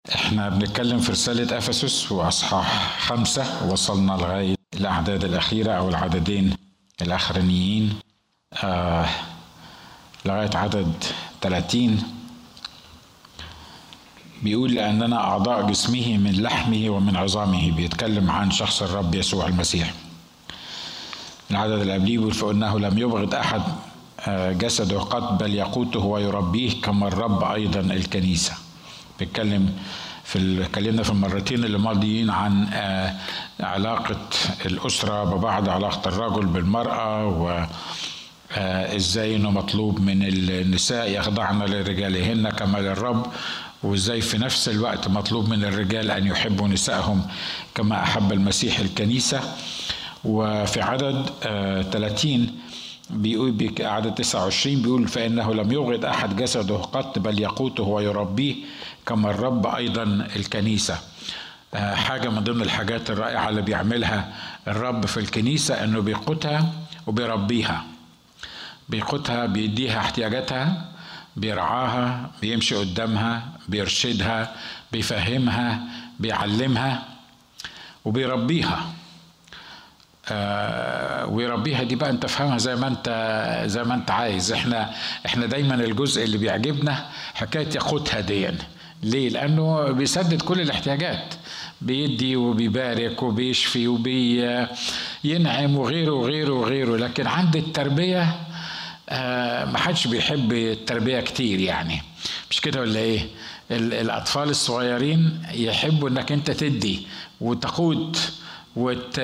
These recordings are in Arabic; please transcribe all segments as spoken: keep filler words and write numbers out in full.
احنا بنتكلم في رسالة أفسس وأصحاح خمسة، وصلنا لغاية الأعداد الأخيرة أو العددين الأخرانيين آه لغاية عدد ثلاثين. بيقول لأننا أعضاء جسمه من لحمه ومن عظامه، بيتكلم عن شخص الرب يسوع المسيح. العدد اللي قبليه بيقول فإنه لم يبغض أحد جسده قط بل يقوته ويربيه كما الرب أيضا الكنيسة. بيتكلم في اتكلمنا في المرتين اللي ماضيين عن علاقة الأسرة ببعض، علاقة الرجل بالمرأة، وإزاي إنه مطلوب من النساء يخضعن لرجالهن كما للرب، وإزاي في نفس الوقت مطلوب من الرجال أن يحبوا نسائهم كما أحب المسيح الكنيسة. وفي عدد ثلاثين بيقول عدد تسعة وعشرين بيقول فإنه لم يبغض أحد جسده قط بل يقوته ويربيه كما الرب أيضا الكنيسة. حاجة من ضمن الحاجات الرائعة اللي بيعملها الرب في الكنيسة إنه بيقوتها وبيربيها. بيقوتها، بيديها احتياجاتها، بيرعاها، بيمشي قدامها، بيرشدها، بيفهمها، بيعلمها، وبيربيها. آه ويربيها دي بقى انت فهمها زي ما انت زي ما انت عايز. احنا احنا دايما الجزء اللي بيعجبنا حكايه يقوتها دي. ليه؟ لانه بيسدد كل الاحتياجات، بيدي وبيبارك وبيشفي وبينعم وغيره وغيره وغيره. لكن عند التربيه آه ما حدش بيحب التربيه كتير، يعني مش كده ولا ايه؟ الاطفال الصغيرين يحبوا انك انت تدي وتقود وت...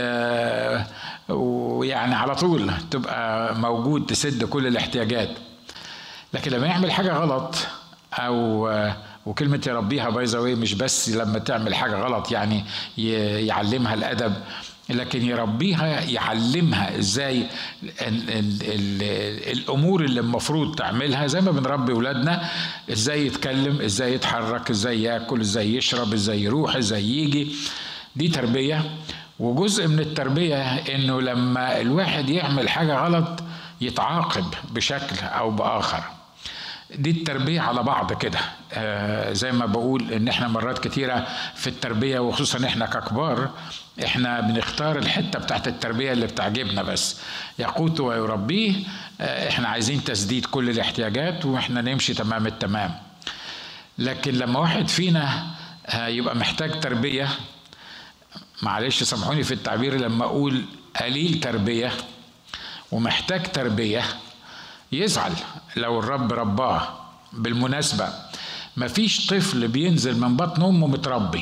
ويعني على طول تبقى موجود تسد كل الاحتياجات. لكن لما يعمل حاجة غلط أو وكلمة يربيها باي ذا واي مش بس لما تعمل حاجة غلط يعني يعلمها الأدب، لكن يربيها يعلمها ازاي ال ال ال الامور اللي المفروض تعملها، زي ما بنربي ولادنا ازاي يتكلم، ازاي يتحرك، ازاي ياكل، ازاي يشرب، ازاي يروح، ازاي يجي. دي تربية. وجزء من التربية انه لما الواحد يعمل حاجة غلط يتعاقب بشكل او باخر. دي التربية على بعض كده. آه زي ما بقول ان احنا مرات كتيرة في التربية وخصوصا احنا ككبار احنا بنختار الحتة بتاعت التربية اللي بتعجبنا بس. يقوته ويربيه، آه احنا عايزين تسديد كل الاحتياجات واحنا نمشي تمام التمام. لكن لما واحد فينا آه يبقى محتاج تربية، معلش سامحوني في التعبير لما اقول قليل تربية ومحتاج تربية، يزعل لو الرب رباه. بالمناسبة مفيش طفل بينزل من بطن امه متربي،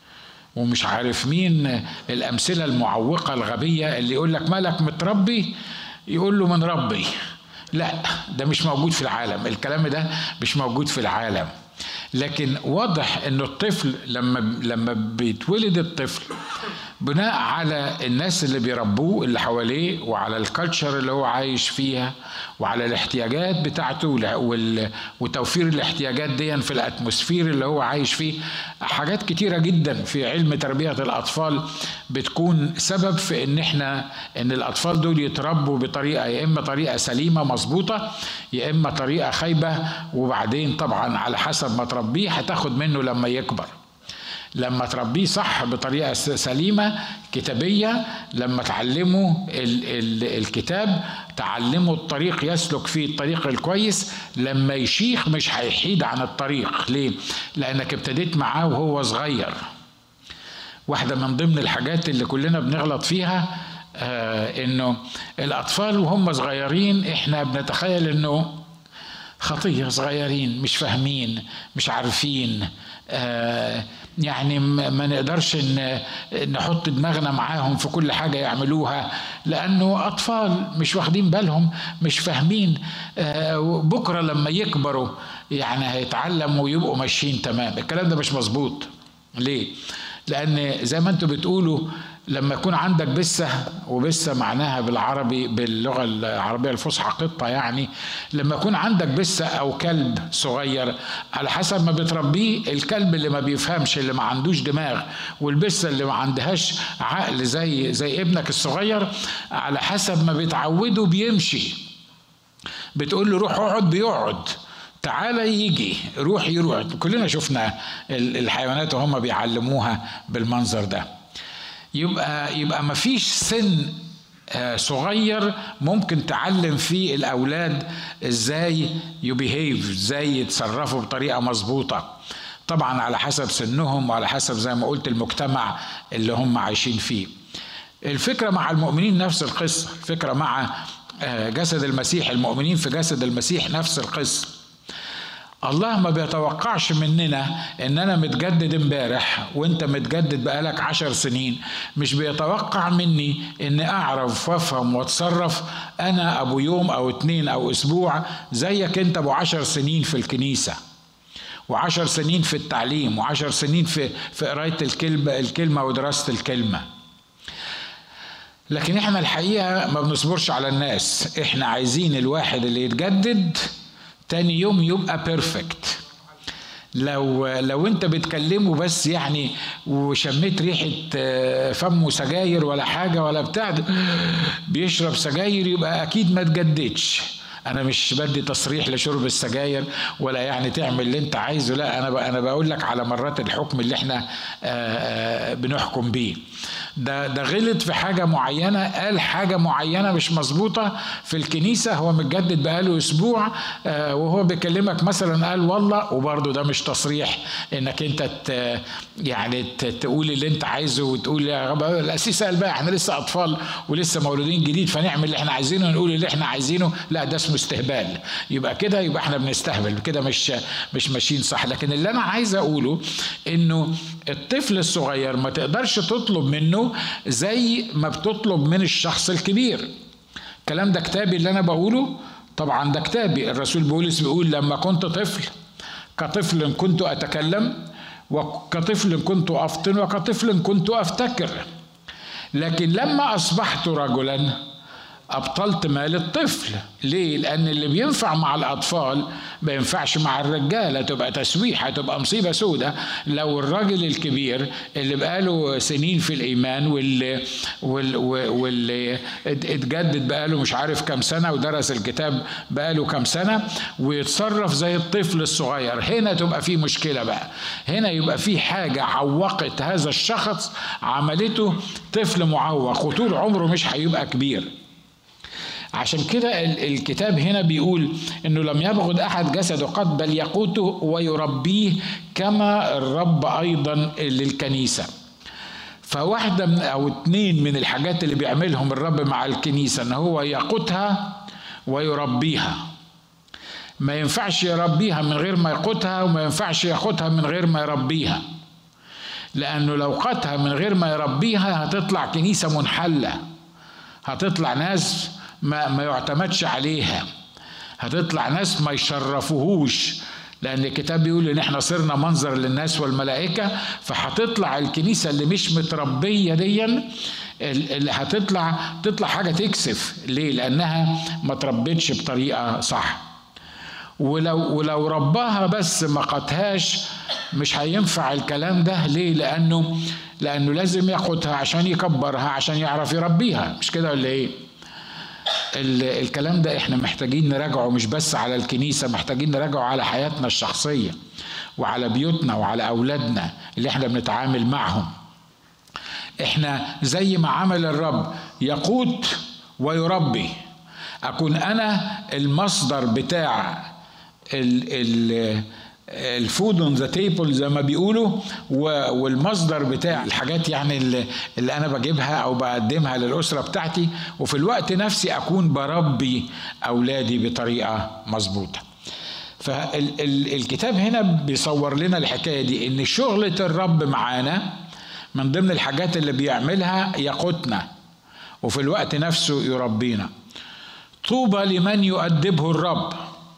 ومش عارف مين الامثلة المعوقة الغبية اللي يقول لك مالك متربي، يقول له من ربي. لا، ده مش موجود في العالم، الكلام ده مش موجود في العالم. لكن واضح انه الطفل لما لما بيتولد الطفل بناء على الناس اللي بيربوه اللي حواليه وعلى الكالتشر اللي هو عايش فيها وعلى الاحتياجات بتاعته وتوفير الاحتياجات دي في الاتموسفير اللي هو عايش فيه. حاجات كتيرة جدا في علم تربية الاطفال بتكون سبب في ان احنا ان الاطفال دول يتربوا بطريقة يا اما طريقة سليمة مظبوطة يا اما طريقة خايبة، وبعدين طبعا على حسب ما تربيه هتاخد منه لما يكبر. لما تربيه صح بطريقة سليمة كتابية، لما تعلمه ال ال الكتاب تعلمه الطريق يسلك فيه الطريق الكويس، لما يشيخ مش هيحيد عن الطريق. ليه؟ لأنك ابتديت معاه وهو صغير. واحدة من ضمن الحاجات اللي كلنا بنغلط فيها آه إنه الأطفال وهم صغيرين إحنا بنتخيل إنه خطية، صغيرين مش فاهمين مش عارفين، آه يعني ما نقدرش ان نحط دماغنا معاهم في كل حاجة يعملوها لأنه أطفال مش واخدين بالهم مش فاهمين. آه بكرة لما يكبروا يعني هيتعلموا ويبقوا ماشيين تمام. الكلام ده مش مظبوط. ليه؟ لأن زي ما انتوا بتقولوا لما يكون عندك بسة، وبسة معناها بالعربي باللغة العربية الفصحى قطة، يعني لما يكون عندك بسة أو كلب صغير على حسب ما بتربيه، الكلب اللي ما بيفهمش اللي ما عندوش دماغ والبسة اللي ما عندهاش عقل زي زي ابنك الصغير، على حسب ما بتعوده بيمشي. بتقول له روح اقعد بيقعد، تعالى يجي، روح يروح. كلنا شفنا الحيوانات وهم بيعلموها بالمنظر ده. يبقى يبقى مفيش سن صغير ممكن تعلم فيه الأولاد ازاي يبيهيف، ازاي يتصرفوا بطريقة مظبوطة، طبعا على حسب سنهم وعلى حسب زي ما قلت المجتمع اللي هم عايشين فيه. الفكرة مع المؤمنين نفس القصة، الفكرة مع جسد المسيح، المؤمنين في جسد المسيح نفس القصة. الله ما بيتوقعش مننا ان انا متجدد امبارح وانت متجدد بقالك عشر سنين، مش بيتوقع مني ان اعرف وافهم واتصرف انا ابو يوم او اتنين او اسبوع زيك انت ابو عشر سنين في الكنيسة وعشر سنين في التعليم وعشر سنين في في قراية الكلمة الكلمة ودراسة الكلمة. لكن احنا الحقيقة ما بنصبرش على الناس، احنا عايزين الواحد اللي يتجدد تاني يوم يبقى بيرفكت. لو لو انت بتكلمه بس يعني وشميت ريحة فمه سجاير ولا حاجة ولا بتاع، بيشرب سجاير، يبقى اكيد ما تجددش. انا مش بدي تصريح لشرب السجاير ولا يعني تعمل اللي انت عايزه، لا، انا انا بقول لك على مرات الحكم اللي احنا بنحكم بيه. ده ده غلط في حاجة معينة، قال حاجة معينة مش مظبوطة في الكنيسة، هو متجدد بقاله اسبوع وهو بيكلمك مثلا قال والله، وبرضه ده مش تصريح انك انت يعني تقول اللي انت عايزه وتقول يا رب القسيس قال بقى احنا لسه اطفال ولسه مولودين جديد فنعمل اللي احنا عايزينه ونقول اللي احنا عايزينه، لا ده اسمه استهبال. يبقى كده يبقى احنا بنستهبل كده، مش مش ماشيين صح. لكن اللي انا عايز اقوله انه الطفل الصغير ما تقدرش تطلب منه زي ما بتطلب من الشخص الكبير. الكلام ده كتابي اللي انا بقوله، طبعا ده كتابي. الرسول بولس بيقول لما كنت طفل كطفل كنت اتكلم وكطفل كنت افطن وكطفل كنت افتكر، لكن لما اصبحت رجلا أبطلت مال الطفل. ليه؟ لأن اللي بينفع مع الأطفال ما ينفعش مع الرجالة، تبقى تسويحة، تبقى مصيبة سودة لو الراجل الكبير اللي بقاله سنين في الإيمان واللي, واللي, واللي اتجدد بقاله مش عارف كم سنة ودرس الكتاب بقاله كم سنة ويتصرف زي الطفل الصغير. هنا تبقى فيه مشكلة بقى، هنا يبقى فيه حاجة عوقت هذا الشخص عملته طفل معوق وطول عمره مش هيبقى كبير. عشان كده الكتاب هنا بيقول انه لم يبغض احد جسده قد بل يقوته ويربيه كما الرب ايضا للكنيسة. فواحدة من او اتنين من الحاجات اللي بيعملهم الرب مع الكنيسة ان هو يقوتها ويربيها. ما ينفعش يربيها من غير ما يقوتها، وما ينفعش ياخدها من غير ما يربيها، لانه لو قاتها من غير ما يربيها هتطلع كنيسة منحلة، هتطلع ناس ما, ما يعتمدش عليها، هتطلع ناس ما يشرفوهوش، لأن الكتاب بيقول إن إحنا صرنا منظر للناس والملائكة. فهتطلع الكنيسة اللي مش متربية دي اللي هتطلع تطلع حاجة تكسف. ليه؟ لأنها ما تربيتش بطريقة صح. ولو ولو رباها بس ما قتهاش مش هينفع الكلام ده. ليه؟ لأنه لأنه لازم ياخدها عشان يكبرها عشان يعرف يربيها، مش كده ولا إيه؟ الكلام ده احنا محتاجين نراجعه، مش بس على الكنيسة، محتاجين نراجعه على حياتنا الشخصية وعلى بيوتنا وعلى أولادنا اللي احنا بنتعامل معهم. احنا زي ما عمل الرب يقود ويربي، أكون أنا المصدر بتاع ال ال الفود اون ذا تيبل زي ما بيقولوا، والمصدر بتاع الحاجات يعني اللي, اللي انا بجيبها او بقدمها للاسره بتاعتي، وفي الوقت نفسي اكون بربي اولادي بطريقه مظبوطه. فالكتاب هنا بيصور لنا الحكايه دي، ان شغله الرب معانا من ضمن الحاجات اللي بيعملها يقوتنا وفي الوقت نفسه يربينا. طوبى لمن يؤدبه الرب.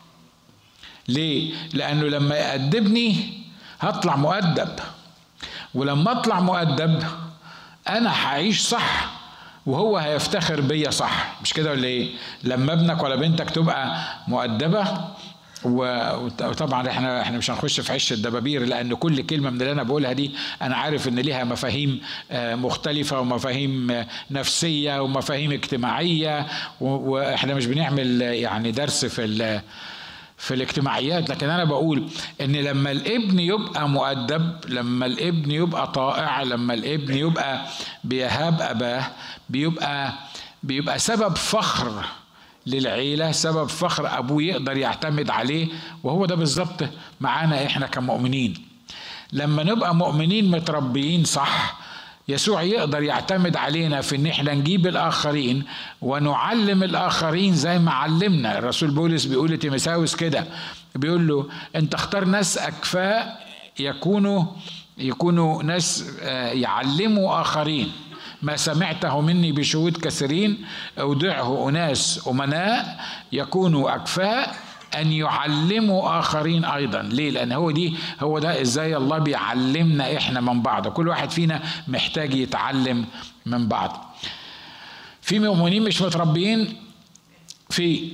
ليه؟ لأنه لما يأدبني هطلع مؤدب، ولما أطلع مؤدب أنا هعيش صح وهو هيفتخر بيا صح، مش كده ولا إيه؟ لما ابنك ولا بنتك تبقى مؤدبة، وطبعا احنا احنا مش هنخش في عش الدبابير، لأن كل كلمة من اللي أنا بقولها دي أنا عارف إن ليها مفاهيم مختلفة ومفاهيم نفسية ومفاهيم اجتماعية، وإحنا مش بنعمل يعني درس في في الاجتماعيات. لكن انا بقول ان لما الابن يبقى مؤدب، لما الابن يبقى طائع، لما الابن يبقى بيهاب اباه، بيبقى بيبقى سبب فخر للعيلة، سبب فخر ابوه يقدر يعتمد عليه. وهو ده بالظبط معانا احنا كمؤمنين. لما نبقى مؤمنين متربيين صح، يسوع يقدر يعتمد علينا في ان احنا نجيب الاخرين ونعلم الاخرين زي ما علمنا. الرسول بولس بيقول لتيموثاوس كده، بيقول له انت اختار ناس اكفاء يكونوا يكونوا ناس يعلموا اخرين ما سمعته مني بشهود كثيرين، اودعه اناس امناء يكونوا اكفاء ان يعلموا اخرين ايضا. ليه؟ لان هو دي هو ده ازاي الله بيعلمنا احنا من بعض. كل واحد فينا محتاج يتعلم من بعض. في مؤمنين مش متربيين، في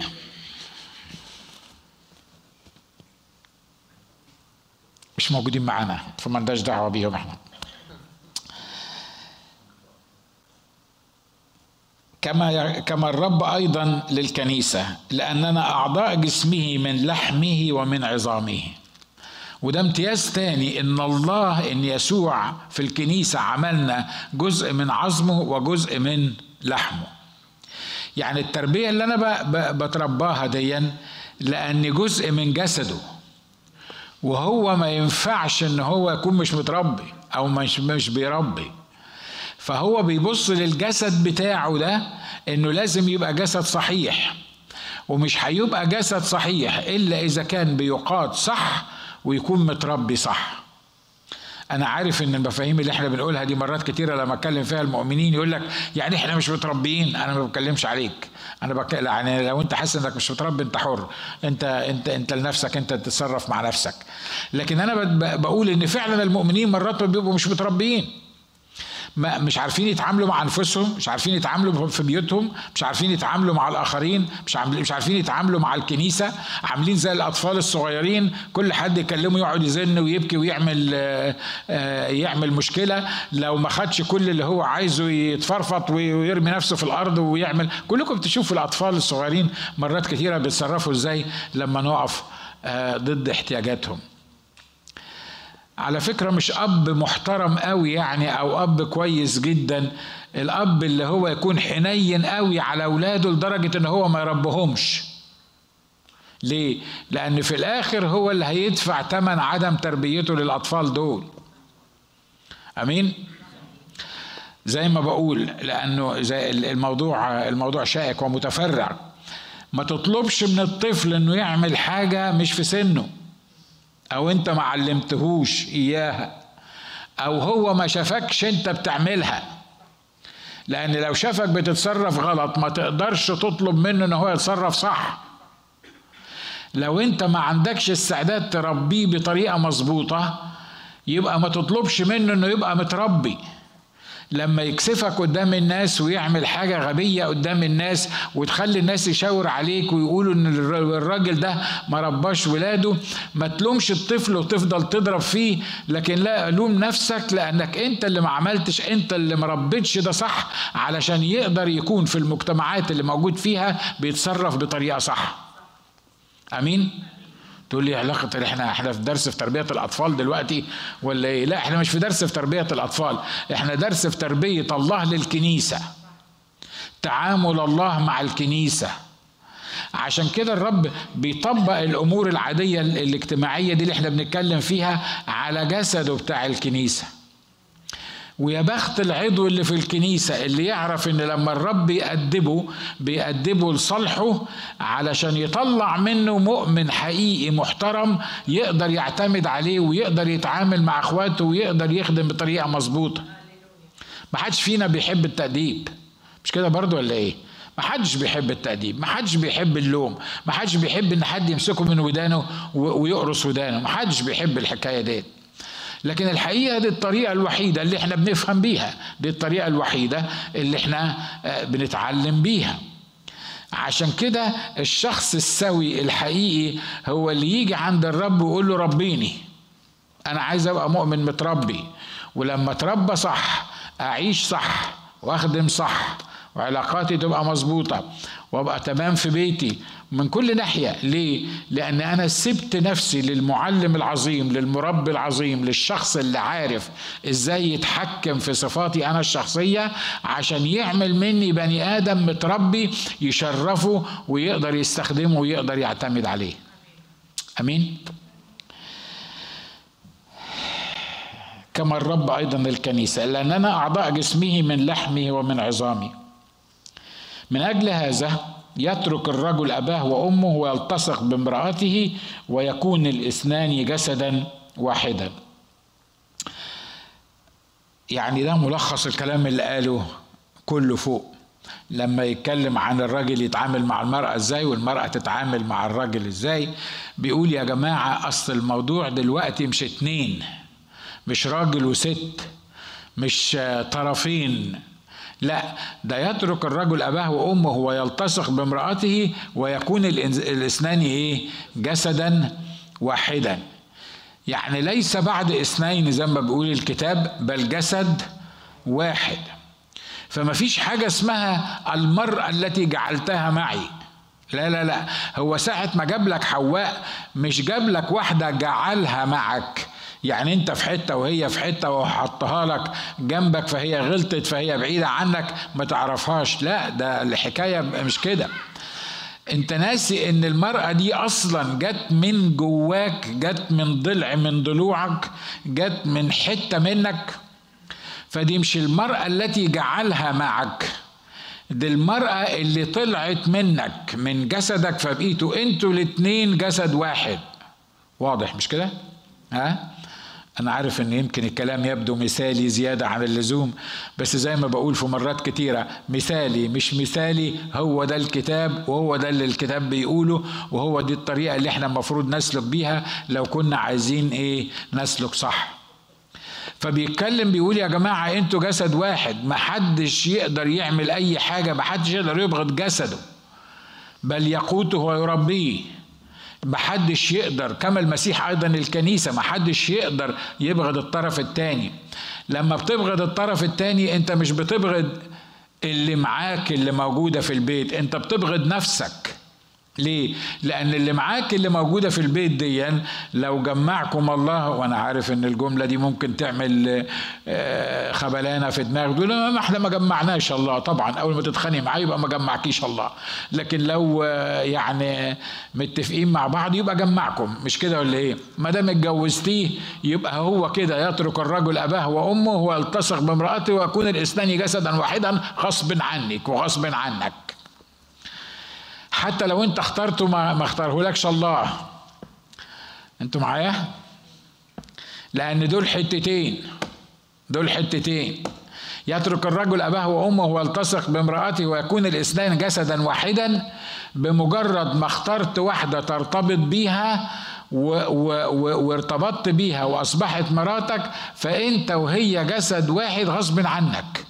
مش موجودين معانا، فما لناش دعوه بيهم احنا. كما كما الرب ايضا للكنيسه، لاننا اعضاء جسمه من لحمه ومن عظامه. وده امتياز تاني، ان الله ان يسوع في الكنيسه عملنا جزء من عظمه وجزء من لحمه. يعني التربيه اللي انا بترباها ديا لان جزء من جسده، وهو ما ينفعش ان هو يكون مش متربي او مش مش بيربي. فهو بيبص للجسد بتاعه ده انه لازم يبقى جسد صحيح، ومش هيبقى جسد صحيح الا اذا كان بيقاد صح ويكون متربي صح. انا عارف ان المفاهيم اللي احنا بنقولها دي مرات كتيره لما اتكلم فيها المؤمنين يقول لك يعني احنا مش متربيين. انا ما بتكلمش عليك، انا بتكلم يعني لو انت حاسس انك مش متربي انت حر، انت انت انت لنفسك، انت تتصرف مع نفسك. لكن انا بقول ان فعلا المؤمنين مرات بيبقوا مش متربيين، ما مش عارفين يتعاملوا مع انفسهم، مش عارفين يتعاملوا في بيوتهم، مش عارفين يتعاملوا مع الاخرين، مش مش عارفين يتعاملوا مع الكنيسه. عاملين زي الاطفال الصغيرين، كل حد يكلمه يقعد يزن ويبكي ويعمل يعمل مشكله. لو ما خدش كل اللي هو عايزه يتفرفط ويرمي نفسه في الارض ويعمل. كلكم بتشوفوا الاطفال الصغيرين مرات كثيره بيتصرفوا ازاي لما نقف ضد احتياجاتهم. على فكرة مش أب محترم قوي يعني أو أب كويس جدا الأب اللي هو يكون حنين قوي على أولاده لدرجة إن هو ما يربهمش. ليه؟ لأن في الآخر هو اللي هيدفع ثمن عدم تربيته للأطفال دول. أمين؟ زي ما بقول، لأنه زي الموضوع الموضوع شائك ومتفرع. ما تطلبش من الطفل إنه يعمل حاجة مش في سنه، او انت ما علمتهوش اياها، او هو ما شافكش انت بتعملها. لان لو شافك بتتصرف غلط ما تقدرش تطلب منه ان هو يتصرف صح. لو انت ما عندكش استعداد تربيه بطريقة مظبوطة يبقى ما تطلبش منه انه يبقى متربي. لما يكسفك قدام الناس ويعمل حاجة غبية قدام الناس وتخلي الناس يشاور عليك ويقولوا ان الراجل ده ما رباش ولاده، ما تلومش الطفل وتفضل تضرب فيه، لكن لا، لوم نفسك لانك انت اللي ما عملتش، انت اللي ما ربيتش ده صح، علشان يقدر يكون في المجتمعات اللي موجود فيها بيتصرف بطريقة صح. امين؟ تقول لي علاقة احنا احنا في درس في تربية الأطفال دلوقتي ولا ايه؟ لا، احنا مش في درس في تربية الأطفال، احنا درس في تربية الله للكنيسة، تعامل الله مع الكنيسة. عشان كده الرب بيطبق الأمور العادية الاجتماعية دي اللي احنا بنتكلم فيها على جسده بتاع الكنيسة. ويا بخت العضو اللي في الكنيسة اللي يعرف ان لما الرب بيأدبه بيأدبه لصالحه علشان يطلع منه مؤمن حقيقي محترم يقدر يعتمد عليه ويقدر يتعامل مع اخواته ويقدر يخدم بطريقة مظبوطة. ما حدش فينا بيحب التأديب، مش كده برضو ولا ايه؟ ما حدش بيحب التأديب، ما حدش بيحب اللوم، ما حدش بيحب ان حد يمسكه من ودانه ويقرص ودانه، ما حدش بيحب الحكاية دي. لكن الحقيقة دي الطريقة الوحيدة اللي احنا بنفهم بيها، دي الطريقة الوحيدة اللي احنا بنتعلم بيها. عشان كده الشخص السوي الحقيقي هو اللي يجي عند الرب ويقول له ربيني، انا عايز ابقى مؤمن متربي، ولما اتربى صح اعيش صح واخدم صح وعلاقاتي تبقى مظبوطة وابقى تمام في بيتي من كل ناحية. ليه؟ لأن أنا سبت نفسي للمعلم العظيم، للمربي العظيم، للشخص اللي عارف إزاي يتحكم في صفاتي أنا الشخصية عشان يعمل مني بني آدم متربي يشرفه ويقدر يستخدمه ويقدر يعتمد عليه. أمين؟ كما الرب أيضا الكنيسة، لأننا أعضاء جسمه من لحمه ومن عظامه. من أجل هذا يترك الرجل أباه وأمه ويلتصق بامرأته ويكون الاثنان جسدا واحدا. يعني ده ملخص الكلام اللي قاله كله فوق، لما يتكلم عن الراجل يتعامل مع المرأة ازاي والمرأة تتعامل مع الراجل ازاي. بيقول يا جماعة أصل الموضوع دلوقتي مش اتنين، مش راجل وست، مش طرفين، لا، ده يترك الرجل أباه وأمه ويلتصق بامرأته ويكون الاثنان ايه؟ جسدا واحدا. يعني ليس بعد اثنين زي ما بيقول الكتاب، بل جسد واحد. فما فيش حاجة اسمها المرأة التي جعلتها معي، لا لا لا، هو ساعة ما جاب لك حواء مش جاب لك واحدة جعلها معك، يعني انت في حتة وهي في حتة وحطها لك جنبك فهي غلطت فهي بعيدة عنك ما تعرفهاش، لا، ده الحكاية مش كده. انت ناسي ان المرأة دي اصلا جت من جواك، جت من ضلع من ضلوعك، جت من حتة منك. فدي مش المرأة التي جعلها معك، دي المرأة اللي طلعت منك من جسدك فبقيتوا انتوا الاتنين جسد واحد. واضح مش كده؟ ها؟ أنا عارف إن يمكن الكلام يبدو مثالي زيادة عن اللزوم، بس زي ما بقول في مرات كتيرة، مثالي مش مثالي، هو ده الكتاب وهو ده اللي الكتاب بيقوله، وهو دي الطريقة اللي احنا المفروض نسلك بيها لو كنا عايزين ايه؟ نسلك صح. فبيتكلم بيقول يا جماعة انتوا جسد واحد، محدش يقدر يعمل أي حاجة، محدش يقدر يبغض جسده بل يقوته ويربيه. محدش يقدر، كما المسيح أيضا الكنيسة، محدش يقدر يبغض الطرف التاني. لما بتبغض الطرف التاني انت مش بتبغض اللي معاك اللي موجودة في البيت، انت بتبغض نفسك. ليه؟ لأن اللي معاك اللي موجودة في البيت دي لو جمعكم الله، وأنا عارف إن الجملة دي ممكن تعمل خبلانة في دماغك، تقول ما احنا ما جمعناش الله. طبعا أول ما تتخانق معاه يبقى ما جمعكيش الله، لكن لو يعني متفقين مع بعض يبقى جمعكم، مش كده ولا إيه؟ ما دام اتجوزتيه يبقى هو كده، يترك الرجل أباه وأمه ويلتصق بامرأته ويكون الاثنان جسدا واحدا، غصب عنك وغصب عنك. حتى لو انت اخترته ما اختاره لكش الله. انتوا معايا؟ لان دول حتتين، دول حتتين. يترك الرجل اباه وامه ويلتصق بامرأته ويكون الاثنان جسدا واحدا. بمجرد ما اخترت واحدة ترتبط بيها وارتبطت بيها واصبحت مراتك، فانت وهي جسد واحد غصب عنك.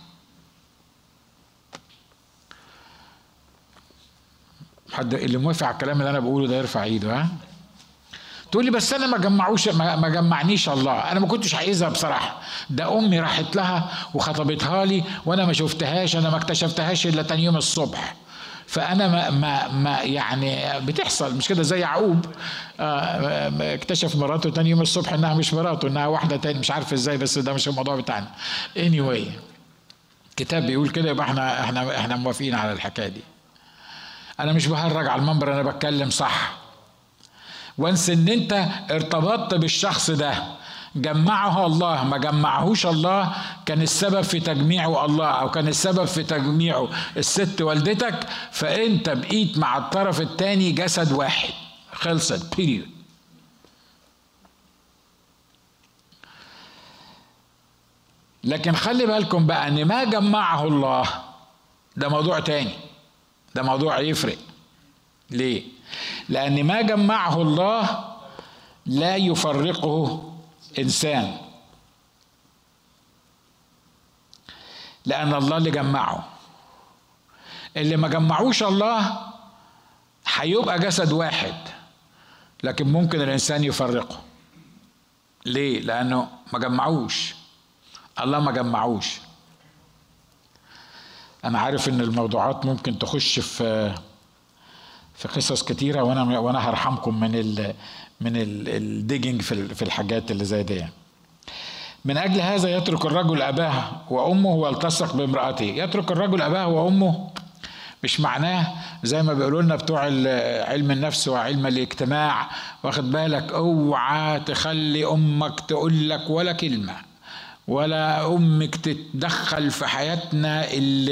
حد اللي موافق على الكلام اللي انا بقوله ده يرفع ايده. ها؟ تقول لي بس انا ما جمعوش ما جمعنيش الله، انا ما كنتش عايزها بصراحه، ده امي راحت لها وخطبتها لي وانا ما شفتهاش، انا ما اكتشفتهاش الا تاني يوم الصبح، فانا ما ما, ما يعني بتحصل مش كده؟ زي يعقوب آه اكتشف مراته تاني يوم الصبح انها مش مراته، انها واحده تاني، مش عارف ازاي، بس ده مش الموضوع بتاعنا. anyway الكتاب بيقول كده، يبقى احنا احنا احنا موافقين على الحكايه دي. انا مش بهرج على المنبر، انا بتكلم صح. وانس ان انت ارتبطت بالشخص ده، جمعه الله ما جمعهوش الله، كان السبب في تجميعه الله او كان السبب في تجميعه الست والدتك، فانت بقيت مع الطرف الثاني جسد واحد، خلصت بيريود. لكن خلي بالكم بقى ان ما جمعه الله ده موضوع تاني، ده موضوع يفرق. ليه؟ لأن ما جمعه الله لا يفرقه إنسان، لأن الله اللي جمعه. اللي ما جمعوش الله هيبقى جسد واحد، لكن ممكن الإنسان يفرقه. ليه؟ لأنه ما جمعوش، الله ما جمعوش. أنا عارف إن الموضوعات ممكن تخش في في قصص كتيرة، وانا وانا هرحمكم من ال من الديجنج في في الحاجات اللي زي دي. من اجل هذا يترك الرجل اباه وامه ويلتصق بامرأته. يترك الرجل اباه وامه مش معناه زي ما بيقولوا لنا بتوع علم النفس وعلم الاجتماع، واخد بالك، اوعى تخلي امك تقول لك ولا كلمه، ولا امك تتدخل في حياتنا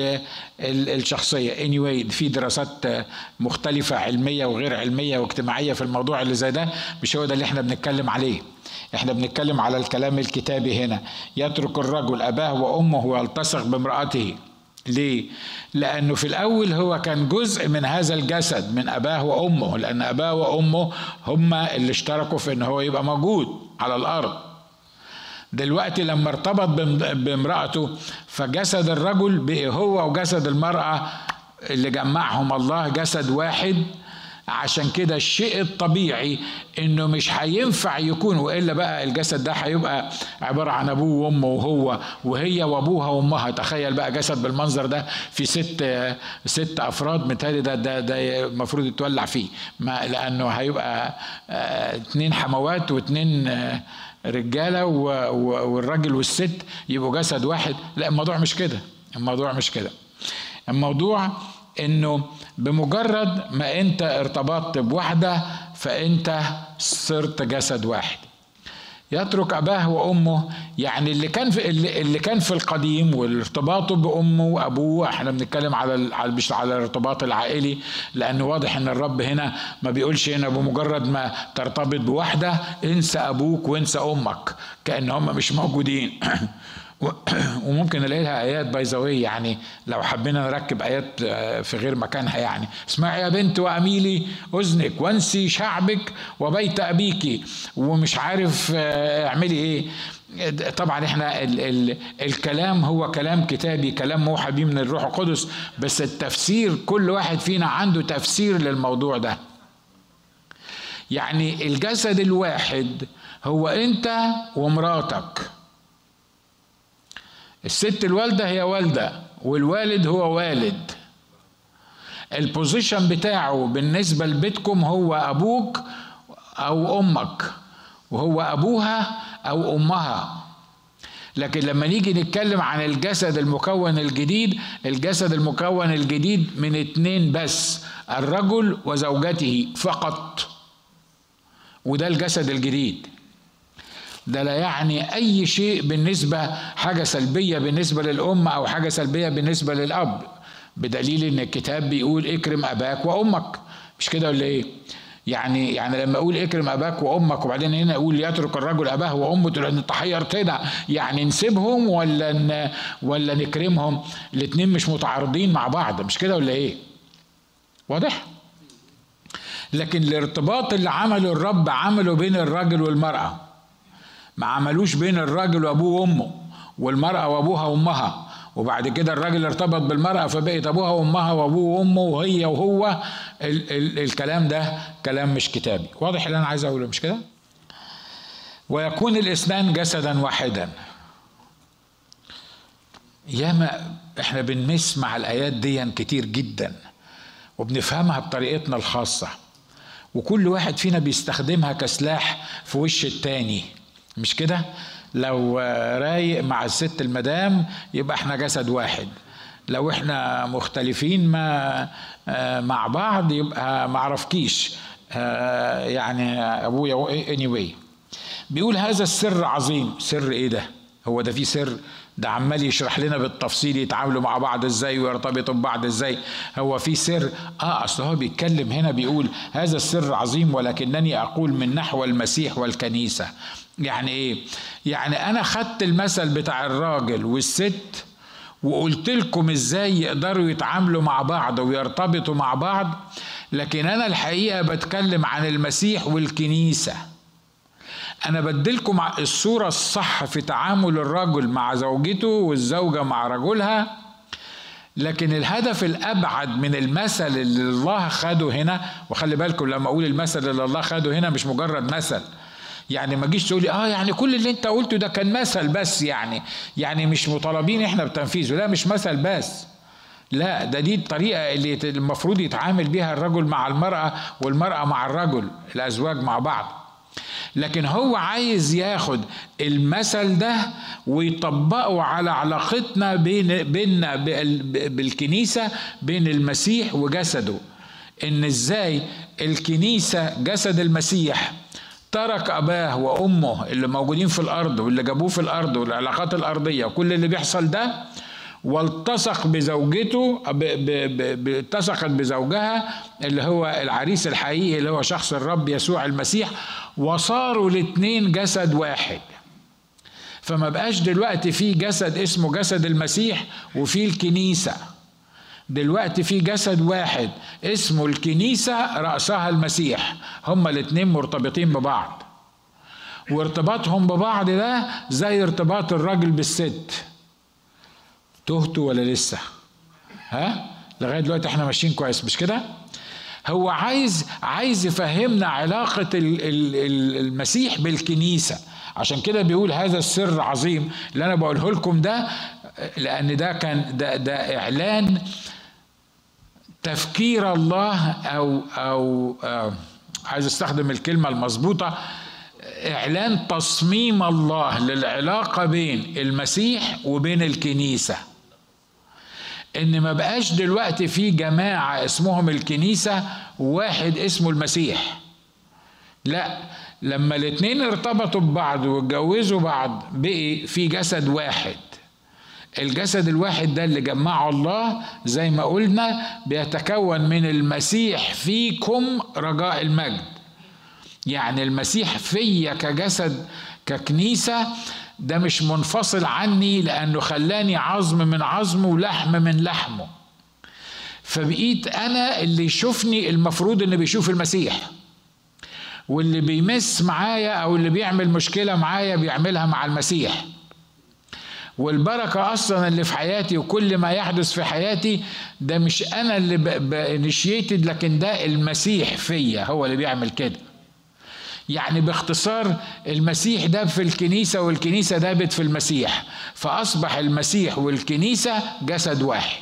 الشخصيه. anyway في دراسات مختلفه علميه وغير علميه واجتماعيه في الموضوع اللي زي ده، مش هو ده اللي احنا بنتكلم عليه. احنا بنتكلم على الكلام الكتابي هنا. يترك الرجل اباه وامه ويلتصق بامرأته. ليه؟ لأنه في الأول هو كان جزء من هذا الجسد، من أباه وأمه، لأن أباه وأمه هما اللي اشتركوا في أنه هو يبقى موجود على الأرض. دلوقتي لما ارتبط بامرأته فجسد الرجل بقى هو وجسد المرأة اللي جمعهم الله جسد واحد. عشان كده الشيء الطبيعي انه مش هينفع يكون، والا بقى الجسد ده هيبقى عباره عن ابوه وامه وهو وهي وابوها وامها. تخيل بقى جسد بالمنظر ده في ست ست افراد، متهيألي ده ده ده المفروض يتولع فيه، ما لانه هيبقى اه اتنين حموات واتنين اه رجاله والراجل والست يبقوا جسد واحد. لا، الموضوع مش كده، الموضوع مش كده. الموضوع انه بمجرد ما انت ارتبطت بواحدة فانت صرت جسد واحد. يترك اباه وامه، يعني اللي كان في اللي كان في القديم والارتباطه بامه وابوه، احنا بنتكلم على مش على الارتباط العائلي، لانه واضح ان الرب هنا ما بيقولش هنا بمجرد ما ترتبط بواحدة انسى ابوك وانسى امك كأن هم مش موجودين. وممكن نلاقي لها ايات بايزاويه، يعني لو حبينا نركب ايات في غير مكانها. يعني اسمعي يا بنت واميلي اذنك وانسي شعبك وبيت ابيك، ومش عارف اعملي ايه. طبعا احنا ال ال الكلام هو كلام كتابي، كلام موحى بيه من الروح القدس، بس التفسير كل واحد فينا عنده تفسير للموضوع ده. يعني الجسد الواحد هو انت ومراتك. الست الوالدة هي والدة والوالد هو والد. البوزيشن بتاعه بالنسبة لبيتكم هو أبوك أو أمك، وهو أبوها أو أمها. لكن لما نيجي نتكلم عن الجسد المكون الجديد، الجسد المكون الجديد من اتنين بس، الرجل وزوجته فقط، وده الجسد الجديد. ده لا يعني أي شيء بالنسبة حاجة سلبية بالنسبة للأم أو حاجة سلبية بالنسبة للأب، بدليل إن الكتاب بيقول اكرم أباك وأمك. مش كده ولا إيه؟ يعني يعني لما أقول اكرم أباك وأمك وبعدين هنا أقول يترك الرجل أباه وأمه، تقول أنت حيرتنا، يعني نسيبهم ولا ولا نكرمهم؟ الاتنين مش متعارضين مع بعض، مش كده ولا إيه؟ واضح؟ لكن الارتباط اللي عمله الرب عمله بين الراجل والمرأة، ما عملوش بين الراجل وابوه وامه والمرأة وابوها وامها، وبعد كده الراجل ارتبط بالمرأة فبقت ابوها وامها وابوه وامه وهي وهو. ال ال الكلام ده كلام مش كتابي. واضح اللي انا عايز اقوله، مش كده؟ ويكون الاثنان جسدا واحدا. ياما احنا بنمس مع الايات دي كتير جدا وبنفهمها بطريقتنا الخاصة، وكل واحد فينا بيستخدمها كسلاح في وش التاني، مش كده؟ لو رايق مع الست المدام يبقى احنا جسد واحد، لو احنا مختلفين ما مع بعض يبقى معرفكيش يعني ابويا. anyway بيقول هذا السر عظيم. سر ايه ده؟ هو ده في سر؟ ده عمال يشرح لنا بالتفصيل يتعاملوا مع بعض ازاي ويرتبطوا ببعض ازاي. هو في سر؟ اه اصل هو بيتكلم هنا بيقول هذا السر عظيم ولكنني اقول من نحو المسيح والكنيسة. يعني ايه؟ يعني انا خدت المثل بتاع الراجل والست وقلت لكم ازاي يقدروا يتعاملوا مع بعض ويرتبطوا مع بعض، لكن انا الحقيقة بتكلم عن المسيح والكنيسة. أنا بدلكم الصورة الصح في تعامل الرجل مع زوجته والزوجة مع رجلها، لكن الهدف الأبعد من المثل اللي الله خده هنا. وخلي بالكم لما أقول المثل اللي الله خده هنا مش مجرد مثل، يعني ما جيش تقولي آه يعني كل اللي أنت قلته ده كان مثل بس، يعني يعني مش مطالبين إحنا بتنفيذه. لا، مش مثل بس، لا، ده دي الطريقة اللي المفروض يتعامل بيها الرجل مع المرأة والمرأة مع الرجل، الأزواج مع بعض. لكن هو عايز ياخد المثل ده ويطبقه على علاقتنا بين بيننا بالكنيسة، بين المسيح وجسده. ان ازاي الكنيسة جسد المسيح ترك أباه وأمه اللي موجودين في الأرض واللي جابوه في الأرض والعلاقات الأرضية وكل اللي بيحصل ده، والتصق بزوجته، التصقت بزوجها اللي هو العريس الحقيقي اللي هو شخص الرب يسوع المسيح، وصاروا الاثنين جسد واحد. فما بقاش دلوقتي في جسد اسمه جسد المسيح وفي الكنيسة، دلوقتي في جسد واحد اسمه الكنيسة رأسها المسيح. هما الاثنين مرتبطين ببعض، وارتباطهم ببعض ده زي ارتباط الراجل بالست. تهتوا ولا لسه؟ ها؟ لغاية دلوقتي احنا ماشيين كويس مش كده؟ هو عايز عايز يفهمنا علاقة المسيح بالكنيسة. عشان كده بيقول هذا السر عظيم اللي انا بقوله لكم ده، لان ده كان ده, ده اعلان تفكير الله، او او, أو عايز استخدم الكلمة المظبوطة، اعلان تصميم الله للعلاقة بين المسيح وبين الكنيسة. ان ما بقاش دلوقتي في جماعة اسمهم الكنيسة وواحد اسمه المسيح، لا، لما الاثنين ارتبطوا ببعض واتجوزوا بعض بقي في جسد واحد. الجسد الواحد ده اللي جمعه الله زي ما قلنا بيتكون من المسيح فيكم رجاء المجد. يعني المسيح فيا كجسد ككنيسة ده مش منفصل عني، لأنه خلاني عظم من عظمه ولحم من لحمه، فبقيت أنا اللي يشوفني المفروض إنه بيشوف المسيح، واللي بيمس معايا أو اللي بيعمل مشكلة معايا بيعملها مع المسيح. والبركة أصلا اللي في حياتي وكل ما يحدث في حياتي ده مش أنا اللي بانيشيتد، لكن ده المسيح فيا هو اللي بيعمل كده. يعني باختصار المسيح داب في الكنيسة والكنيسة دابت في المسيح، فأصبح المسيح والكنيسة جسد واحد.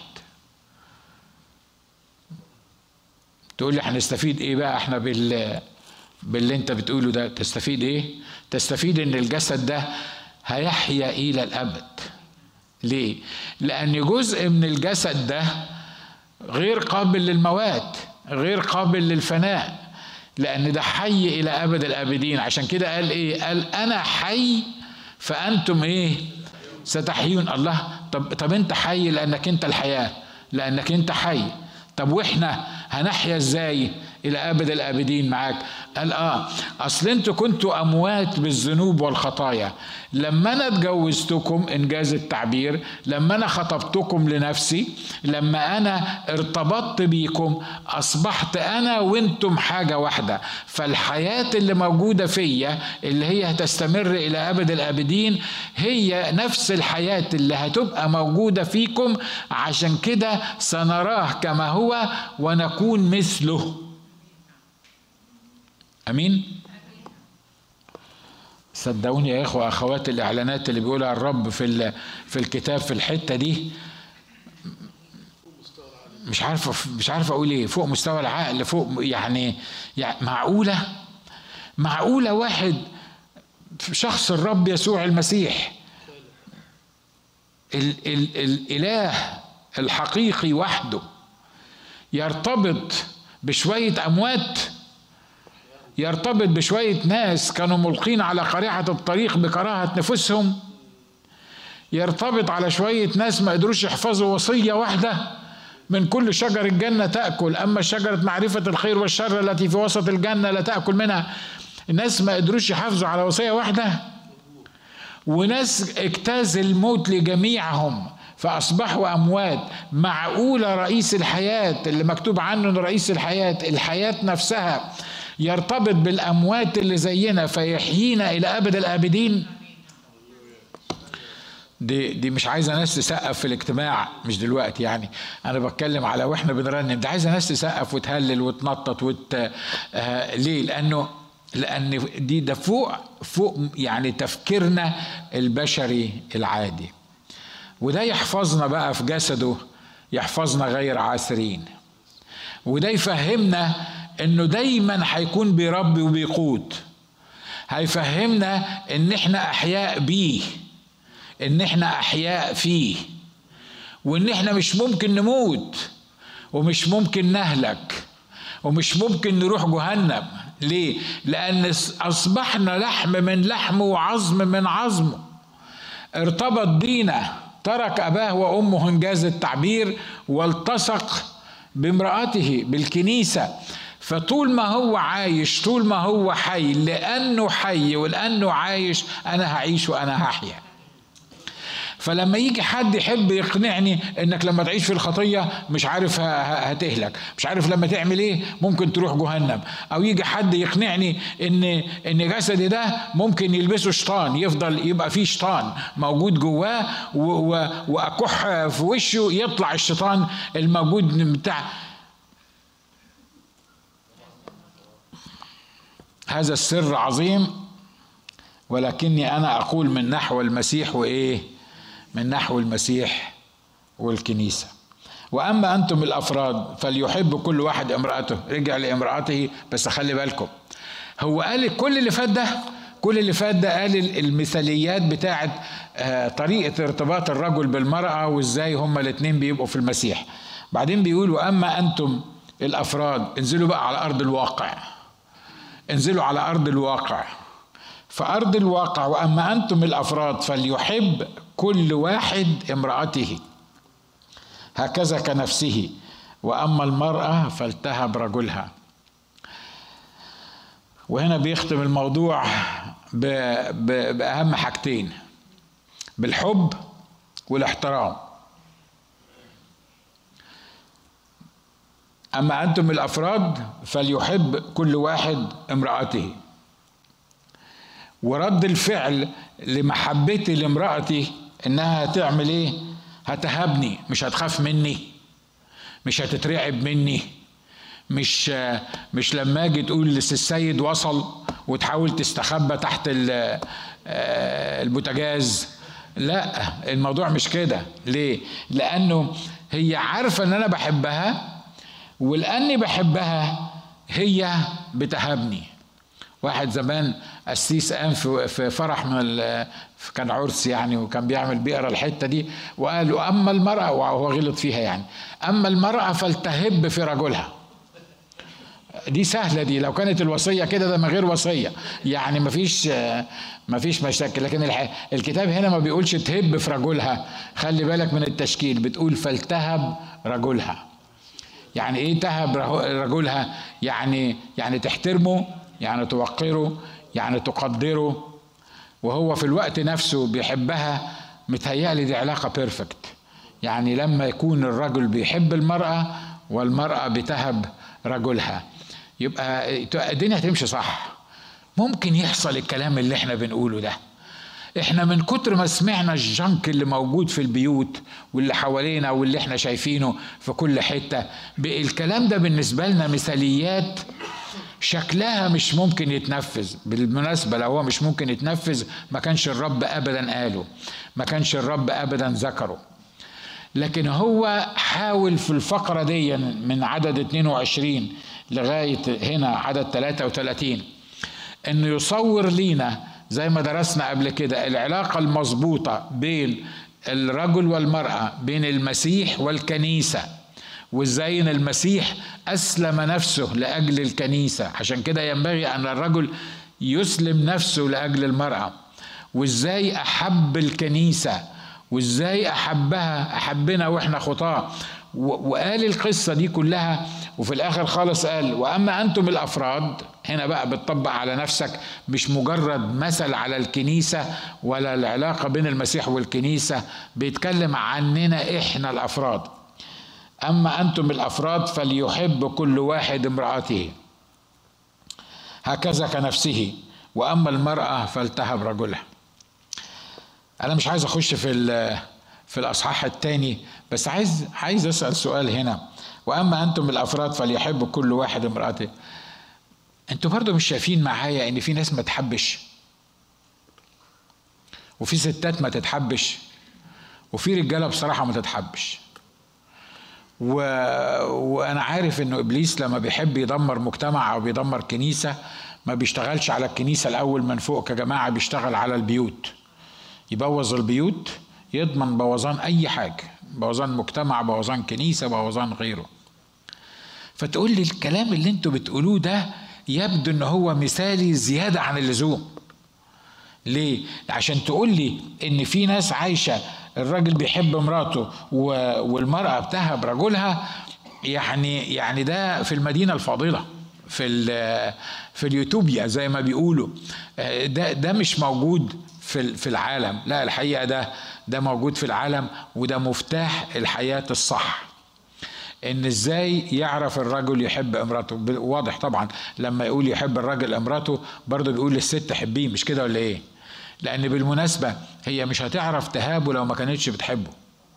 تقول لي هنستفيد ايه بقى احنا بال باللي انت بتقوله ده؟ تستفيد ايه؟ تستفيد ان الجسد ده هيحيا الى الابد. ليه؟ لان جزء من الجسد ده غير قابل للموات، غير قابل للفناء، لأن ده حي إلى أبد الآبدين. عشان كده قال إيه؟ قال أنا حي فأنتم إيه؟ ستحيون. الله، طب, طب أنت حي لأنك أنت الحياة، لأنك أنت حي. طب وإحنا هنحيا إزاي إلى أبد الآبدين معاك؟ قال آه أصل أنتوا كنتوا أموات بالذنوب والخطايا. لما أنا اتجوزتكم، إنجاز التعبير، لما أنا خطبتكم لنفسي، لما أنا ارتبطت بيكم، أصبحت أنا وأنتم حاجة واحدة. فالحياة اللي موجودة فيا اللي هي هتستمر إلى أبد الآبدين هي نفس الحياة اللي هتبقى موجودة فيكم. عشان كده سنراه كما هو ونكون مثله. أمين؟ صدقوني يا إخوة أخوات، الإعلانات اللي بيقولها الرب في في الكتاب في الحتة دي مش عارف مش عارف أقول إيه، فوق مستوى العقل، فوق يعني, يعني معقولة معقولة واحد في شخص الرب يسوع المسيح ال ال الإله الحقيقي وحده يرتبط بشوية أموات، يرتبط بشوية ناس كانوا ملقين على قريحة الطريق بكراهة نفوسهم، يرتبط على شوية ناس ما قدروش يحفظوا وصية واحدة من كل شجر الجنة تأكل، أما شجرة معرفة الخير والشر التي في وسط الجنة لا تأكل منها. الناس ما قدروش يحافظوا على وصية واحدة، وناس اجتاز الموت لجميعهم فأصبحوا أموات. معقولة رئيس الحياة اللي مكتوب عنه رئيس الحياة، الحياة نفسها، يرتبط بالأموات اللي زينا فيحيينا إلى أبد الآبدين؟ دي دي مش عايزة ناس تسقف في الاجتماع، مش دلوقتي يعني، أنا بتكلم على وإحنا بنرنم، ده عايزة ناس تسقف وتهلل وتنطط وت آه ليه؟ لأنه لأن دي ده فوق فوق يعني تفكيرنا البشري العادي. وده يحفظنا بقى في جسده يحفظنا غير عاثرين. وده يفهمنا انه دايما هيكون بيربي وبيقود، هيفهمنا ان احنا احياء بيه، ان احنا احياء فيه، وان احنا مش ممكن نموت ومش ممكن نهلك ومش ممكن نروح جهنم. ليه؟ لان اصبحنا لحم من لحمه وعظم من عظمه، ارتبط بينا، ترك اباه وامه انجاز التعبير والتصق بامرأته بالكنيسة. فطول ما هو عايش، طول ما هو حي، لأنه حي ولأنه عايش، أنا هعيش وأنا هحيا. فلما يجي حد يحب يقنعني انك لما تعيش في الخطية مش عارف هتهلك، مش عارف لما تعمل ايه ممكن تروح جهنم، او يجي حد يقنعني ان ان جسدي ده ممكن يلبسه شيطان، يفضل يبقى فيه شيطان موجود جواه واكح في وشه يطلع الشيطان الموجود بتاع. هذا السر عظيم، ولكني انا اقول من نحو المسيح وايه؟ من نحو المسيح والكنيسة. وأما أنتم الأفراد فليحب كل واحد امرأته. رجع لامرأته، بس خلي بالكم، هو قال كل اللي فات ده كل اللي فات ده قال المثاليات بتاعت طريقة ارتباط الرجل بالمرأة وإزاي هما الاتنين بيبقوا في المسيح. بعدين بيقول وأما أنتم الأفراد انزلوا بقى على أرض الواقع، انزلوا على أرض الواقع. فأرض الواقع وأما أنتم الأفراد فليحب كل واحد امرأته هكذا كنفسه، وأما المرأة فلتهب رجلها. وهنا بيختم الموضوع بأهم حاجتين، بالحب والاحترام. أما أنتم الأفراد فليحب كل واحد امرأته. ورد الفعل لمحبتي لامرأتي انها هتعمل ايه؟ هتهبني، مش هتخاف مني، مش هتترعب مني، مش مش لما اجي تقول السيد وصل وتحاول تستخبى تحت البوتاجاز. لا، الموضوع مش كده. ليه؟ لانه هي عارفه ان انا بحبها، ولاني بحبها هي بتهبني. واحد زمان قسيس قام في فرح من كان عرس يعني، وكان بيعمل بيقرا الحته دي وقال له اما المراه، وهو غلط فيها يعني، اما المراه فلتهب في رجلها. دي سهله دي، لو كانت الوصيه كده ده من غير وصيه يعني مفيش مفيش مشاكل. لكن الكتاب هنا ما بيقولش تهب في رجلها، خلي بالك من التشكيل، بتقول فلتهب رجلها. يعني ايه تهب رجلها؟ يعني يعني تحترمه، يعني توقره، يعني تقدره، وهو في الوقت نفسه بيحبها. متهيألي دي علاقة بيرفكت، يعني لما يكون الرجل بيحب المرأة والمرأة بتهب رجلها يبقى الدنيا هتمشي صح. ممكن يحصل الكلام اللي احنا بنقوله ده. احنا من كتر ما سمعنا الجنك اللي موجود في البيوت واللي حوالينا واللي احنا شايفينه في كل حتة، الكلام ده بالنسبة لنا مثاليات شكلها مش ممكن يتنفذ. بالمناسبة لو هو مش ممكن يتنفذ ما كانش الرب أبدا قاله، ما كانش الرب أبدا ذكره. لكن هو حاول في الفقرة دي من عدد اتنين وعشرين لغاية هنا عدد ثلاثة وثلاثين انه يصور لينا زي ما درسنا قبل كده العلاقة المظبوطة بين الرجل والمرأة، بين المسيح والكنيسة، وازاي ان المسيح اسلم نفسه لاجل الكنيسة. عشان كده ينبغي ان الرجل يسلم نفسه لاجل المرأة، وازاي احب الكنيسة، وازاي احبها، احبنا واحنا خطاة. وقال القصة دي كلها، وفي الاخر خالص قال واما انتم الافراد. هنا بقى بتطبق على نفسك، مش مجرد مثل على الكنيسة ولا العلاقة بين المسيح والكنيسة، بيتكلم عننا احنا الافراد. اما انتم الافراد فليحب كل واحد امرأته هكذا كنفسه، واما المرأة فلتهب رجلها. انا مش عايز اخش في في الاصحاح الثاني، بس عايز عايز اسال سؤال هنا. واما انتم الافراد فليحب كل واحد امرأته. انتوا برضو مش شايفين معايا ان في ناس ما تحبش، وفي ستات ما تتحبش، وفي رجاله بصراحه ما تتحبش؟ و... وانا عارف انه ابليس لما بيحب يدمر مجتمع او بيدمر كنيسة ما بيشتغلش على الكنيسة الاول من فوق كجماعة، بيشتغل على البيوت، يبوظ البيوت، يضمن بوظان اي حاجة، بوظان مجتمع، بوظان كنيسة، بوظان غيره. فتقول لي الكلام اللي انتوا بتقولوه ده يبدو ان هو مثالي زيادة عن اللزوم. ليه؟ عشان تقول لي ان في ناس عايشة الراجل بيحب مراته والمرأة بتهب رجلها، يعني يعني ده في المدينة الفاضلة، في في اليوتوبيا زي ما بيقولوا، ده ده مش موجود في في العالم. لا، الحقيقة ده ده موجود في العالم، وده مفتاح الحياة الصح. ان ازاي يعرف الرجل يحب امراته؟ واضح طبعا لما يقول يحب الراجل امراته برضه بيقول للست حبيه، مش كده ولا ايه؟ لان بالمناسبة هي مش هتعرف تهابه لو ما كانتش بتحبه.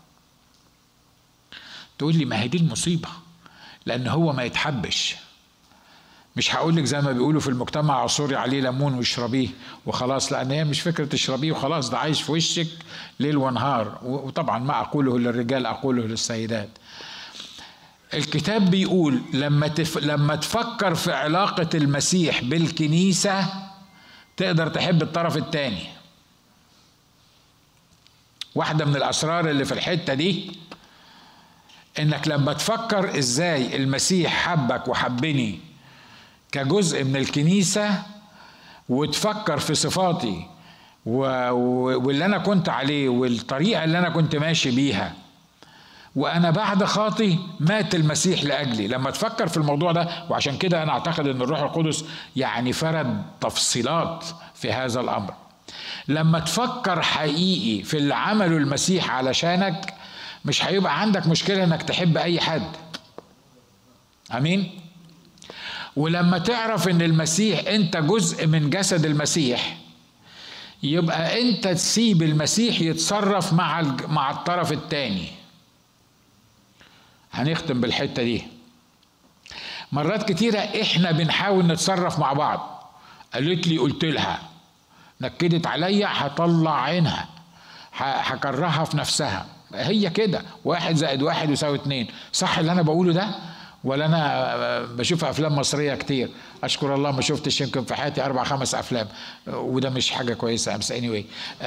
تقول لي ما هي دي المصيبة، لان هو ما يتحبش. مش هقولك زي ما بيقولوا في المجتمع عصوري عليه ليمون واشربيه وخلاص، لان هي مش فكرة تشربيه وخلاص، ده عايش في وشك ليل ونهار. وطبعا ما اقوله للرجال اقوله للسيدات. الكتاب بيقول لما تف... لما تفكر في علاقة المسيح بالكنيسة تقدر تحب الطرف الثاني. واحدة من الأسرار اللي في الحتة دي إنك لما تفكر إزاي المسيح حبك وحبني كجزء من الكنيسة، وتفكر في صفاتي و... واللي أنا كنت عليه والطريقة اللي أنا كنت ماشي بيها وأنا بعد خاطي مات المسيح لأجلي، لما تفكر في الموضوع ده. وعشان كده أنا أعتقد أن الروح القدس يعني فرد تفصيلات في هذا الأمر. لما تفكر حقيقي في اللي عمله المسيح علشانك مش هيبقى عندك مشكلة أنك تحب أي حد. أمين؟ ولما تعرف أن المسيح أنت جزء من جسد المسيح، يبقى أنت تسيب المسيح يتصرف مع مع الطرف الثاني. هنختم بالحتة دي. مرات كتيرة احنا بنحاول نتصرف مع بعض، قالت لي قلت لها، نكدت عليا هطلع عينها، هكرهها في نفسها، هي كده، واحد زائد واحد يساوي اتنين. صح اللي انا بقوله ده ولا انا بشوف افلام مصرية كتير؟ اشكر الله ما شفتش يمكن في حياتي اربع خمس افلام، وده مش حاجة كويسة. بس anyway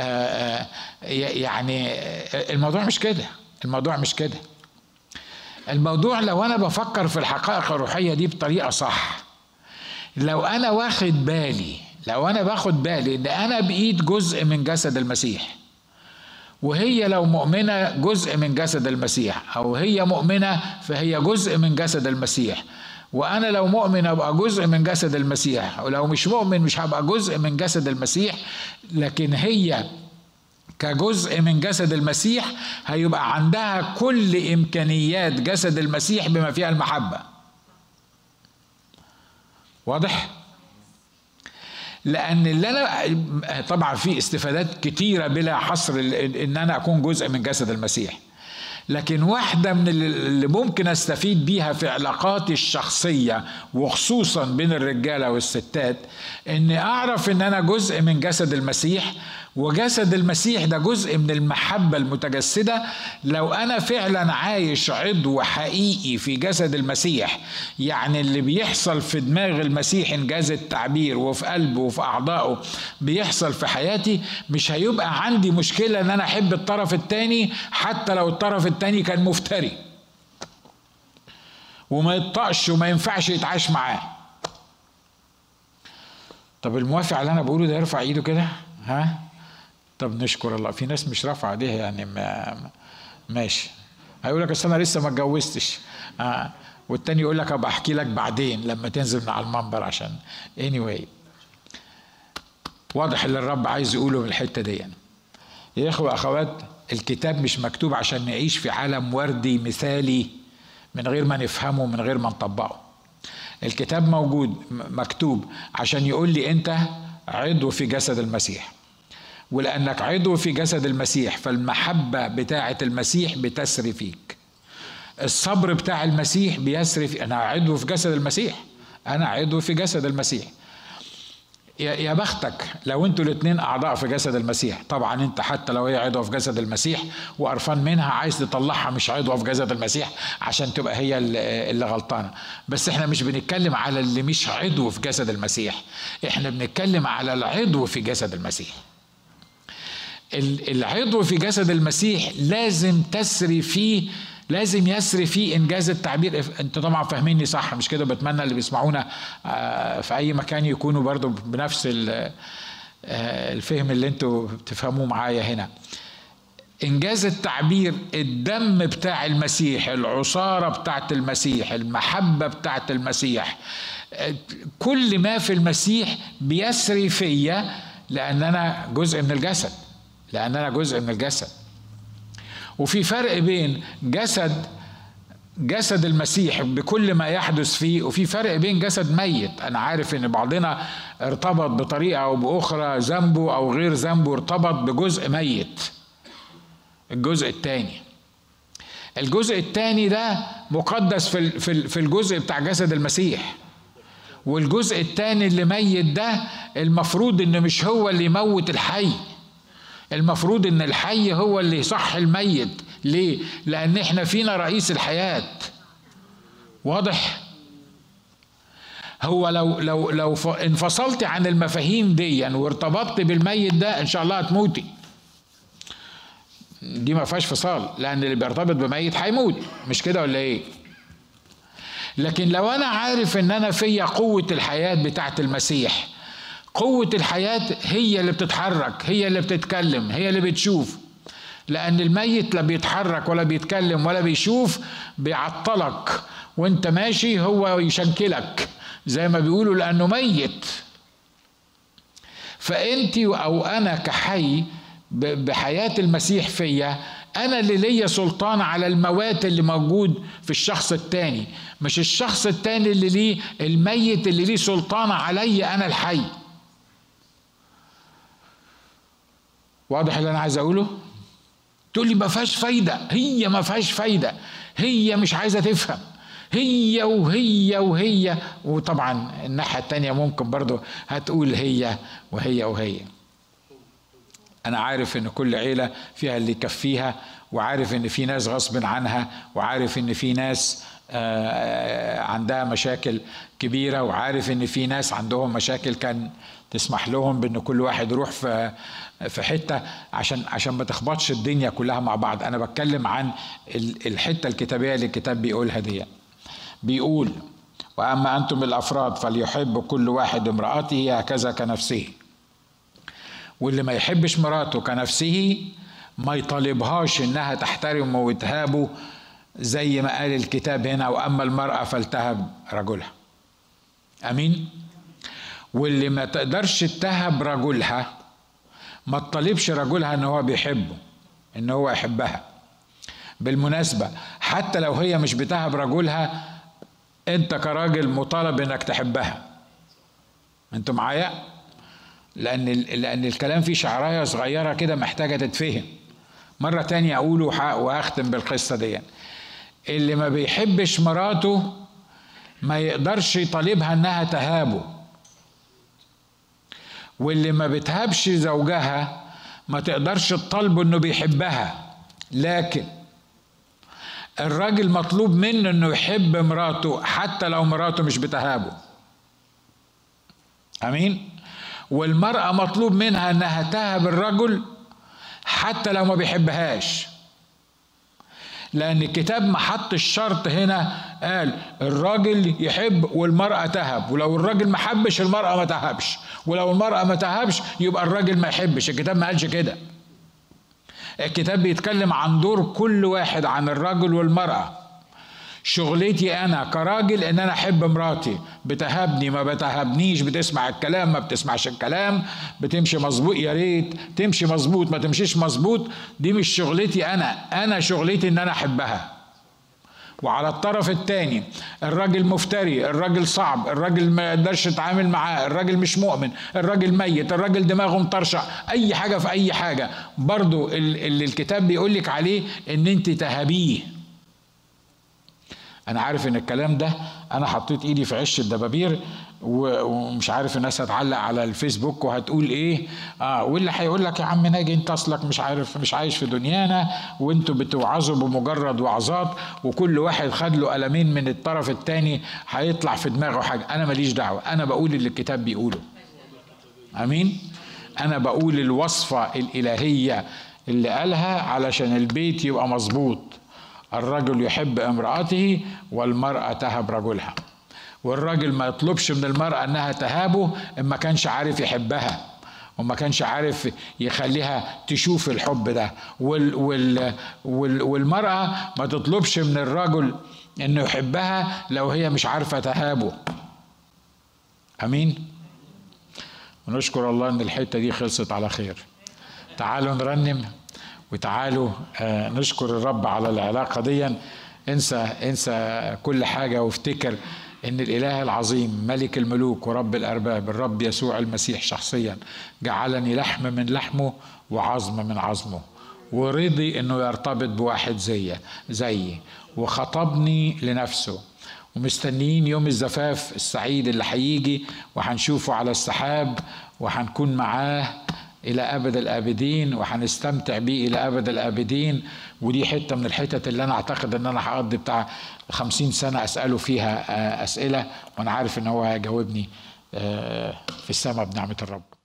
يعني الموضوع مش كده، الموضوع مش كده. الموضوع لو انا بفكر في الحقائق الروحية دي بطريقة صح، لو انا واخد بالي لو انا باخد بالي ان انا بايد جزء من جسد المسيح، وهي لو مؤمنة جزء من جسد المسيح، او هي مؤمنة فهي جزء من جسد المسيح، وانا لو مؤمن ابقى جزء من جسد المسيح، ولو مش مؤمن مش هبقى جزء من جسد المسيح، لكن هي كجزء من جسد المسيح هيبقى عندها كل إمكانيات جسد المسيح بما فيها المحبة. واضح؟ لأن اللي أنا طبعا في استفادات كتيرة بلا حصر إن أنا أكون جزء من جسد المسيح، لكن واحدة من اللي ممكن أستفيد بيها في علاقاتي الشخصية وخصوصا بين الرجالة والستات، إني أعرف إن أنا جزء من جسد المسيح، وجسد المسيح ده جزء من المحبة المتجسدة. لو أنا فعلا عايش عضو حقيقي في جسد المسيح، يعني اللي بيحصل في دماغ المسيح إنجاز التعبير وفي قلبه وفي أعضائه بيحصل في حياتي، مش هيبقى عندي مشكلة إن أنا أحب الطرف التاني حتى لو الطرف التاني كان مفتري وما يطقش وما ينفعش يتعاش معاه. طب الموافق على اللي أنا بقوله ده يرفع إيده كده؟ ها؟ طب نشكر الله. في ناس مش رافعه ايديها يعني ما ماشي. هيقول لك اصل انا لسه ما اتجوزتش، آه. والتاني يقول لك ابقى احكي لك بعدين لما تنزل من على المنبر. عشان anyway واضح اللي الرب عايز يقوله من الحته دي. يعني يا اخوه اخوات، الكتاب مش مكتوب عشان نعيش في عالم وردي مثالي من غير ما نفهمه من غير ما نطبقه. الكتاب موجود مكتوب عشان يقول لي انت عضو في جسد المسيح، ولأنك عضو في جسد المسيح فالمحبة بتاعة المسيح بتسري فيك، الصبر بتاع المسيح بيسري فيك. أنا عضو في جسد المسيح، أنا عضو في جسد المسيح. يا بختك لو انتوا الاثنين اعضاء في جسد المسيح. طبعا انت حتى لو هي عضوة في جسد المسيح وقرفان منها عايز تطلعها مش عضوة في جسد المسيح عشان تبقى هي اللي غلطانة. بس احنا مش بنتكلم على اللي مش عضو في جسد المسيح، احنا بنتكلم على العضو في جسد المسيح. العضو في جسد المسيح لازم تسري فيه، لازم يسري فيه انجاز التعبير. انتوا طبعا فاهميني صح مش كده؟ بتمنى اللي بيسمعونا في اي مكان يكونوا برضو بنفس الفهم اللي انتوا بتفهموه معايا هنا. انجاز التعبير الدم بتاع المسيح، العصارة بتاعت المسيح، المحبة بتاعت المسيح، كل ما في المسيح بيسري فيا لان انا جزء من الجسد، لان انا جزء من الجسد. وفي فرق بين جسد جسد المسيح بكل ما يحدث فيه، وفي فرق بين جسد ميت. انا عارف ان بعضنا ارتبط بطريقة او باخرى، ذنبه او غير ذنبه ارتبط بجزء ميت. الجزء الثاني الجزء الثاني ده مقدس في في الجزء بتاع جسد المسيح، والجزء الثاني اللي ميت ده المفروض ان مش هو اللي يموت الحي، المفروض ان الحي هو اللي يصح الميت. ليه؟ لان احنا فينا رئيس الحياة. واضح؟ هو لو لو لو انفصلت عن المفاهيم دي وارتبطت بالميت ده ان شاء الله هتموتي. دي ما فيهاش فصال، لان اللي بيرتبط بميت هيموت، مش كده ولا ايه؟ لكن لو انا عارف ان انا فيا قوة الحياة بتاعت المسيح، قوة الحياة هي اللي بتتحرك، هي اللي بتتكلم، هي اللي بتشوف. لأن الميت لا بيتحرك ولا بيتكلم ولا بيشوف، بيعطلك وانت ماشي، هو يشنكلك زي ما بيقولوا لأنه ميت. فأنت أو أنا كحي بحياة المسيح فيا، أنا اللي ليا سلطان على الموات اللي موجود في الشخص التاني، مش الشخص التاني اللي ليه، الميت اللي ليه سلطان علي أنا الحي. واضح اللي أنا عايز أقوله؟ تقول لي ما فيهاش فايدة. هي ما فيهاش فايدة، هي مش عايزة تفهم، هي وهي وهي. وطبعا الناحية التانية ممكن برضو هتقول هي وهي وهي. أنا عارف إن كل عيلة فيها اللي يكفيها، وعارف إن في ناس غصب عنها، وعارف إن في ناس عندها مشاكل كبيرة، وعارف إن في ناس عندهم مشاكل كان تسمح لهم بأن كل واحد يروح في في حتة عشان عشان ما تخبطش الدنيا كلها مع بعض. أنا بتكلم عن الحتة الكتابية اللي الكتاب بيقولها دي. بيقول: وأما أنتم الأفراد فليحب كل واحد امرأته هكذا كنفسه. واللي ما يحبش مراته كنفسه ما يطالبهاش إنها تحترمه وتهابه، زي ما قال الكتاب هنا: وأما المرأة فلتهب رجلها. أمين؟ واللي ما تقدرش تهب رجلها ما تطالبش رجلها ان هو بيحبه، ان هو يحبها. بالمناسبة حتى لو هي مش بتهب رجلها، انت كراجل مطالب انك تحبها. انتوا معايا؟ لان لان الكلام فيه شعرايه صغيرة كده محتاجة تتفهم. مرة تانية اقوله واختم بالقصة دي: اللي ما بيحبش مراته ما يقدرش يطالبها انها تهابه، واللي ما بتهبش زوجها ما تقدرش تطالبه انه بيحبها. لكن الراجل مطلوب منه انه يحب مراته حتى لو مراته مش بتهابه. امين؟ والمرأة مطلوب منها انها تهب الرجل حتى لو ما بيحبهاش، لأن الكتاب ما حط الشرط هنا، قال الراجل يحب والمرأة تهب، ولو الراجل ما حبش المرأة ما تهبش، ولو المرأة ما تهبش يبقى الراجل ما يحبش. الكتاب ما قالش كده. الكتاب بيتكلم عن دور كل واحد، عن الراجل والمرأة. شغلتي أنا كراجل إن أنا أحب مراتي، بتهبني ما بتهبنيش، بتسمع الكلام ما بتسمعش الكلام، بتمشي مظبوط يا ريت تمشي مظبوط، ما تمشيش مظبوط، دي مش شغلتي أنا. أنا شغلتي إن أنا أحبها. وعلى الطرف الثاني الراجل مفتري، الراجل صعب، الراجل ما يقدرش يتعامل معاه، الراجل مش مؤمن، الراجل ميت، الراجل دماغه مطرشع، أي حاجة في أي حاجة، برضو اللي الكتاب بيقول لك عليه إن أنت تهبيه. أنا عارف إن الكلام ده أنا حطيت إيدي في عش الدبابير، ومش عارف الناس هتعلق على الفيسبوك وهتقول ايه. اه واللي هيقول لك يا عم ناجي انت اصلك مش عارف مش عايش في دنيانا، وانتوا بتوعظوا بمجرد وعظات، وكل واحد خد له قلمين من الطرف التاني هيطلع في دماغه حاجه. انا ماليش دعوه، انا بقول اللي الكتاب بيقوله. امين. انا بقول الوصفه الالهيه اللي قالها علشان البيت يبقى مظبوط. الرجل يحب امرأته والمرأة تهب رجلها. والراجل ما يطلبش من المرأة انها تهابه ان ما كانش عارف يحبها وما كانش عارف يخليها تشوف الحب ده. وال وال وال والمرأة ما تطلبش من الرجل انه يحبها لو هي مش عارفة تهابه. امين. ونشكر الله ان الحتة دي خلصت على خير. تعالوا نرنم وتعالوا آه نشكر الرب على العلاقة دي. انسى انسى كل حاجة وافتكر ان الاله العظيم ملك الملوك ورب الارباب الرب يسوع المسيح شخصيا جعلني لحم من لحمه وعظم من عظمه، ورضي انه يرتبط بواحد زي زيي وخطبني لنفسه، ومستنيين يوم الزفاف السعيد اللي هيجي وهنشوفه على السحاب وهنكون معاه إلى أبد الآبدين وهنستمتع بيه إلى أبد الآبدين. ودي حتة من الحتت اللي أنا أعتقد أن أنا هقضي بتاع خمسين سنة أسأله فيها أسئلة، وأنا عارف أن هو هيجاوبني في السماء بنعمة الرب.